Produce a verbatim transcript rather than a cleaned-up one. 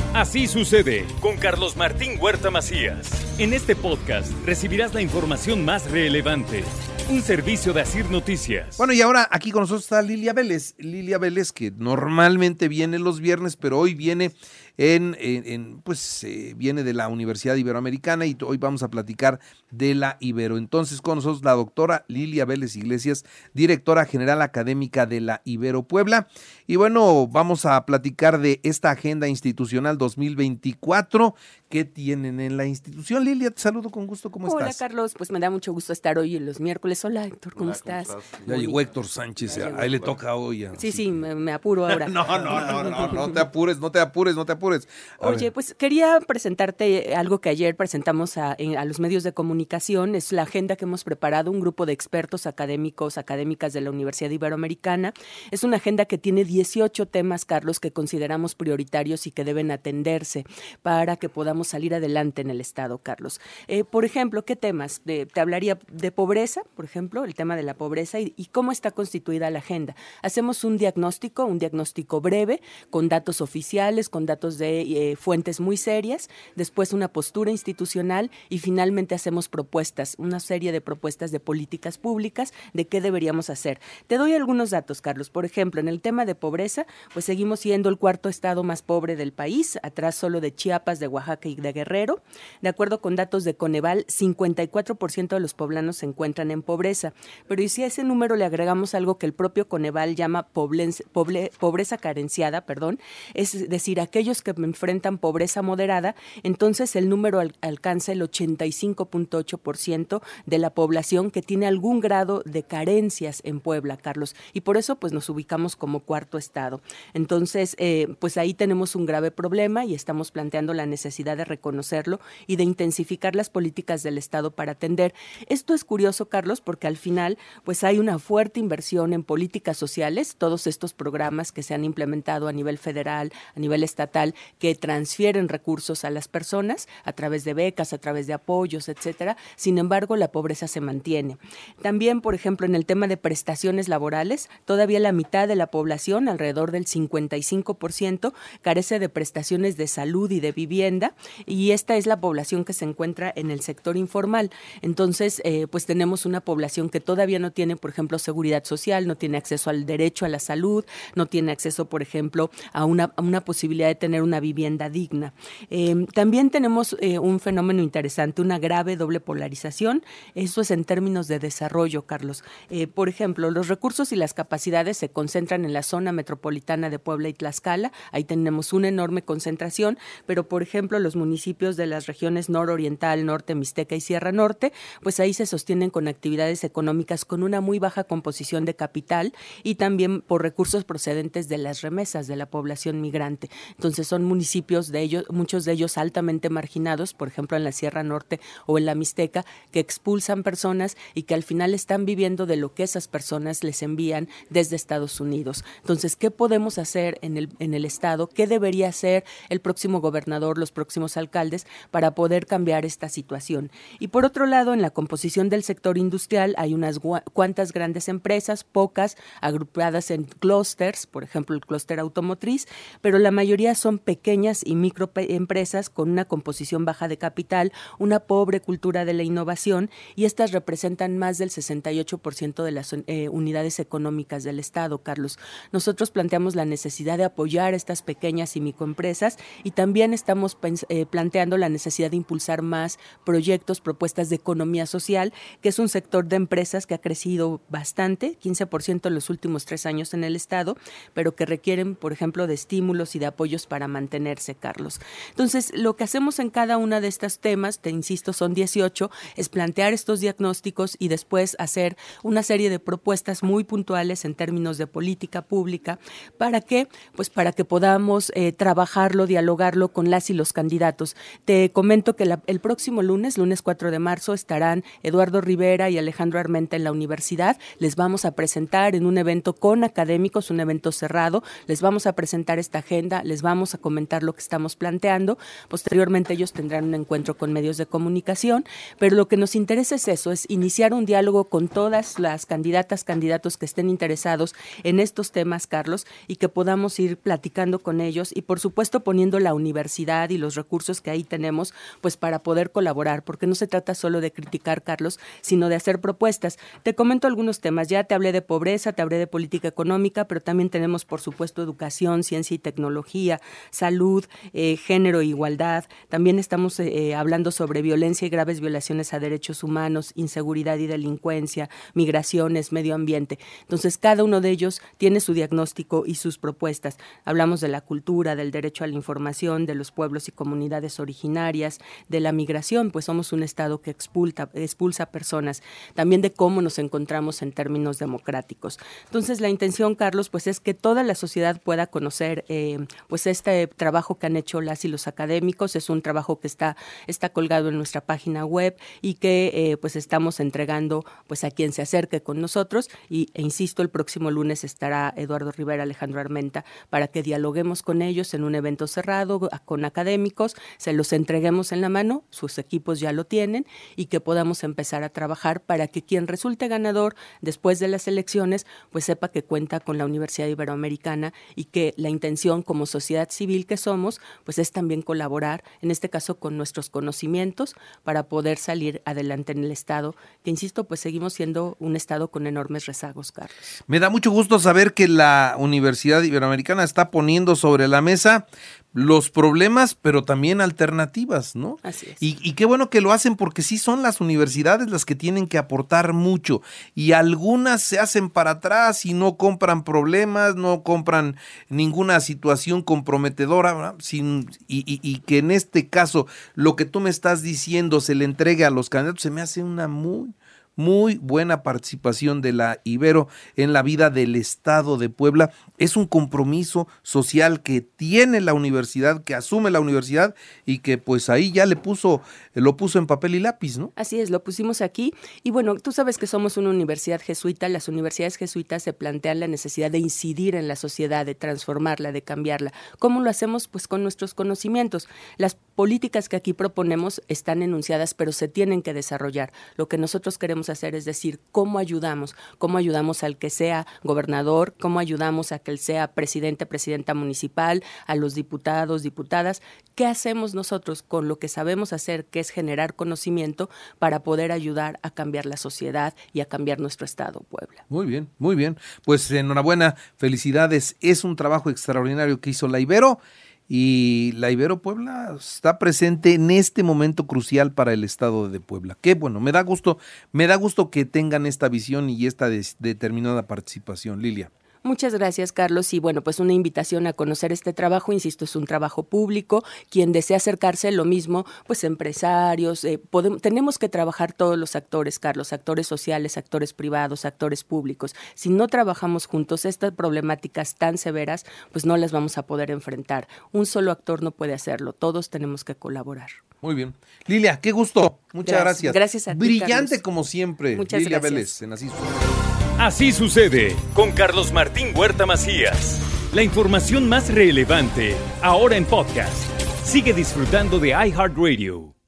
Así sucede con Carlos Martín Huerta Macías. En este podcast recibirás la información más relevante. Un servicio de Asir Noticias. Bueno, y ahora aquí con nosotros está Lilia Vélez. Lilia Vélez, que normalmente viene los viernes, pero hoy viene en, en, en pues eh, viene de la Universidad Iberoamericana y hoy vamos a platicar de la Ibero. Entonces, con nosotros la doctora Lilia Vélez Iglesias, directora general académica de la Ibero Puebla. Y bueno, vamos a platicar de esta agenda institucional dos mil veinticuatro que tienen en la institución. Lilia, te saludo con gusto, ¿cómo Hola, estás? Hola, Carlos, pues me da mucho gusto estar hoy en los miércoles. Hola, Héctor, ¿cómo, Hola, estás? ¿cómo estás? Ya llegó Héctor Sánchez, a, a él le toca hoy. Sí, sí, sí me, me apuro ahora. no, no, no, no, no te apures, no te apures, no te apures. A Oye, ver. Pues quería presentarte algo que ayer presentamos a, a los medios de comunicación. Es la agenda que hemos preparado, un grupo de expertos académicos, académicas de la Universidad Iberoamericana. Es una agenda que tiene dieciocho temas, Carlos, que consideramos prioritarios y que deben atenderse para que podamos salir adelante en el Estado, Carlos. Eh, por ejemplo, ¿qué temas? De, te hablaría de pobreza, por ejemplo, el tema de la pobreza y, y cómo está constituida la agenda. Hacemos un diagnóstico, un diagnóstico breve, con datos oficiales, con datos de eh, fuentes muy serias, después una postura institucional y finalmente hacemos propuestas, una serie de propuestas de políticas públicas de qué deberíamos hacer. Te doy algunos datos, Carlos. Por ejemplo, en el tema de pobreza, pues seguimos siendo el cuarto estado más pobre del país, atrás solo de Chiapas, de Oaxaca y de Guerrero. De acuerdo con datos de Coneval, cincuenta y cuatro por ciento de los poblanos se encuentran en pobreza, pero y si a ese número le agregamos algo que el propio Coneval llama pobreza, pobre, pobreza carenciada, perdón, es decir, aquellos que enfrentan pobreza moderada, entonces el número al, alcanza el ochenta y cinco punto ocho por ciento de la población que tiene algún grado de carencias en Puebla, Carlos, y por eso pues nos ubicamos como cuarto estado. Entonces, eh, pues ahí tenemos un grave problema y estamos planteando la necesidad de reconocerlo y de intensificar las políticas del Estado para atender. Esto es curioso, Carlos, porque al final pues hay una fuerte inversión en políticas sociales, todos estos programas que se han implementado a nivel federal, a nivel estatal, que transfieren recursos a las personas a través de becas, a través de apoyos, etcétera. Sin embargo, la pobreza se mantiene. También, por ejemplo, en el tema de prestaciones laborales, todavía la mitad de la población, alrededor del cincuenta y cinco por ciento, carece de prestaciones de salud y de vivienda, y esta es la población que se encuentra en el sector informal. Entonces, eh, pues tenemos una población que todavía no tiene, por ejemplo, seguridad social, no tiene acceso al derecho a la salud, no tiene acceso, por ejemplo, a una, a una posibilidad de tener una vivienda digna. Eh, también tenemos eh, un fenómeno interesante, una grave doble polarización. Eso es en términos de desarrollo, Carlos. Eh, por ejemplo, los recursos y las capacidades se concentran en la zona metropolitana de Puebla y Tlaxcala. Ahí tenemos una enorme concentración, pero, por ejemplo, los municipios de las regiones nororiental, norte, Mixteca y Sierra Norte, pues ahí se sostienen con actividades económicas con una muy baja composición de capital y también por recursos procedentes de las remesas de la población migrante. Entonces son municipios de ellos, muchos de ellos altamente marginados, por ejemplo en la Sierra Norte o en la Mixteca, que expulsan personas y que al final están viviendo de lo que esas personas les envían desde Estados Unidos. Entonces, ¿qué podemos hacer en el, en el Estado? ¿Qué debería hacer el próximo gobernador, los próximos alcaldes para poder cambiar esta situación? Y por otro lado, en la composición del sector industrial hay unas cuantas grandes empresas, pocas agrupadas en clústeres, por ejemplo el clúster automotriz, pero la mayoría son pequeñas y microempresas con una composición baja de capital, una pobre cultura de la innovación, y estas representan más del sesenta y ocho por ciento de las eh, unidades económicas del Estado, Carlos. Nosotros planteamos la necesidad de apoyar a estas pequeñas y microempresas y también estamos eh, planteando la necesidad de impulsar más proyectos, propuestas de economía social, que es un sector de empresas que ha crecido bastante, quince por ciento en los últimos tres años en el Estado, pero que requieren, por ejemplo, de estímulos y de apoyos para mantenerse, Carlos. Entonces, lo que hacemos en cada una de estos temas, te insisto, son dieciocho, es plantear estos diagnósticos y después hacer una serie de propuestas muy puntuales en términos de política pública. ¿Para qué? Pues para que podamos eh, trabajarlo, dialogarlo con las y los candidatos. Te comento que la, el próximo lunes, lunes cuatro de marzo, estarán Eduardo Rivera y Alejandro Armenta en la universidad. Les vamos a presentar en un evento con académicos, un evento cerrado, les vamos a presentar esta agenda, les vamos a comentar lo que estamos planteando. Posteriormente ellos tendrán un encuentro con medios de comunicación, pero lo que nos interesa es eso, es iniciar un diálogo con todas las candidatas, candidatos que estén interesados en estos temas, Carlos, y que podamos ir platicando con ellos y, por supuesto, poniendo la universidad y los recursos que ahí tenemos, pues para poder colaborar, porque no se trata solo de criticar, Carlos, sino de hacer propuestas. Te comento algunos temas, ya te hablé de pobreza, te hablé de política económica, pero también tenemos, por supuesto, educación, ciencia y tecnología, salud, eh, género e igualdad. También estamos eh, hablando sobre violencia y graves violaciones a derechos humanos, inseguridad y delincuencia, migraciones, medio ambiente. Entonces, cada uno de ellos tiene su diagnóstico y sus propuestas. Hablamos de la cultura, del derecho a la información, de los pueblos y comunidades originarias, de la migración, pues somos un estado que expulsa, expulsa personas, también de cómo nos encontramos en términos democráticos. Entonces, la intención, Carlos, pues es que toda la sociedad pueda conocer eh, pues este trabajo que han hecho las y los académicos. Es un trabajo que está, está colgado en nuestra página web y que eh, pues estamos entregando pues a quien se acerque con nosotros y, e insisto, el próximo lunes estará Eduardo Rivera, Alejandro Armenta, para que dialoguemos con ellos en un evento cerrado con académicos, se los entreguemos en la mano, sus equipos ya lo tienen, y que podamos empezar a trabajar para que quien resulte ganador después de las elecciones pues sepa que cuenta con la Universidad Iberoamericana y que la intención como sociedad civil que somos pues es también colaborar, en este caso con nuestros conocimientos, para poder salir adelante en el Estado, que insisto, pues seguimos siendo un Estado con enormes rezagos, Carlos. Me da mucho gusto saber que la Universidad Iberoamericana está poniendo sobre la mesa los problemas, pero también alternativas, ¿no? Así es. Y, y qué bueno que lo hacen, porque sí son las universidades las que tienen que aportar mucho, y algunas se hacen para atrás y no compran problemas, no compran ninguna situación comprometedora, ¿verdad? Sin, y, y, y que en este caso lo que tú me estás diciendo se le entregue a los candidatos, se me hace una muy... muy buena participación de la Ibero en la vida del Estado de Puebla. Es un compromiso social que tiene la universidad, que asume la universidad y que pues ahí ya le puso, lo puso en papel y lápiz, ¿no? Así es, lo pusimos aquí y bueno, tú sabes que somos una universidad jesuita, las universidades jesuitas se plantean la necesidad de incidir en la sociedad, de transformarla, de cambiarla. ¿Cómo lo hacemos? Pues con nuestros conocimientos. Las políticas que aquí proponemos están enunciadas, pero se tienen que desarrollar. Lo que nosotros queremos hacer es decir, ¿cómo ayudamos? ¿Cómo ayudamos al que sea gobernador? ¿Cómo ayudamos a que él sea presidente, presidenta municipal? A los diputados, diputadas. ¿Qué hacemos nosotros con lo que sabemos hacer, que es generar conocimiento para poder ayudar a cambiar la sociedad y a cambiar nuestro estado, Puebla? Muy bien, muy bien. Pues enhorabuena, felicidades. Es un trabajo extraordinario que hizo la Ibero. Y la Ibero Puebla está presente en este momento crucial para el estado de Puebla. Qué bueno, me da gusto, me da gusto que tengan esta visión y esta des- determinada participación, Lilia. Muchas gracias, Carlos. Y bueno, pues una invitación a conocer este trabajo, insisto, es un trabajo público. Quien desea acercarse, lo mismo, pues empresarios, eh, podemos, tenemos que trabajar todos los actores, Carlos, actores sociales, actores privados, actores públicos. Si no trabajamos juntos, estas problemáticas tan severas, pues no las vamos a poder enfrentar. Un solo actor no puede hacerlo, todos tenemos que colaborar. Muy bien. Lilia, qué gusto. Muchas gracias. Gracias, gracias a ti, Brillante Carlos. como siempre. Muchas Lilia gracias. Vélez, en Así Sucede. Así sucede con Carlos Martín Huerta Macías. La información más relevante, ahora en podcast. Sigue disfrutando de iHeartRadio.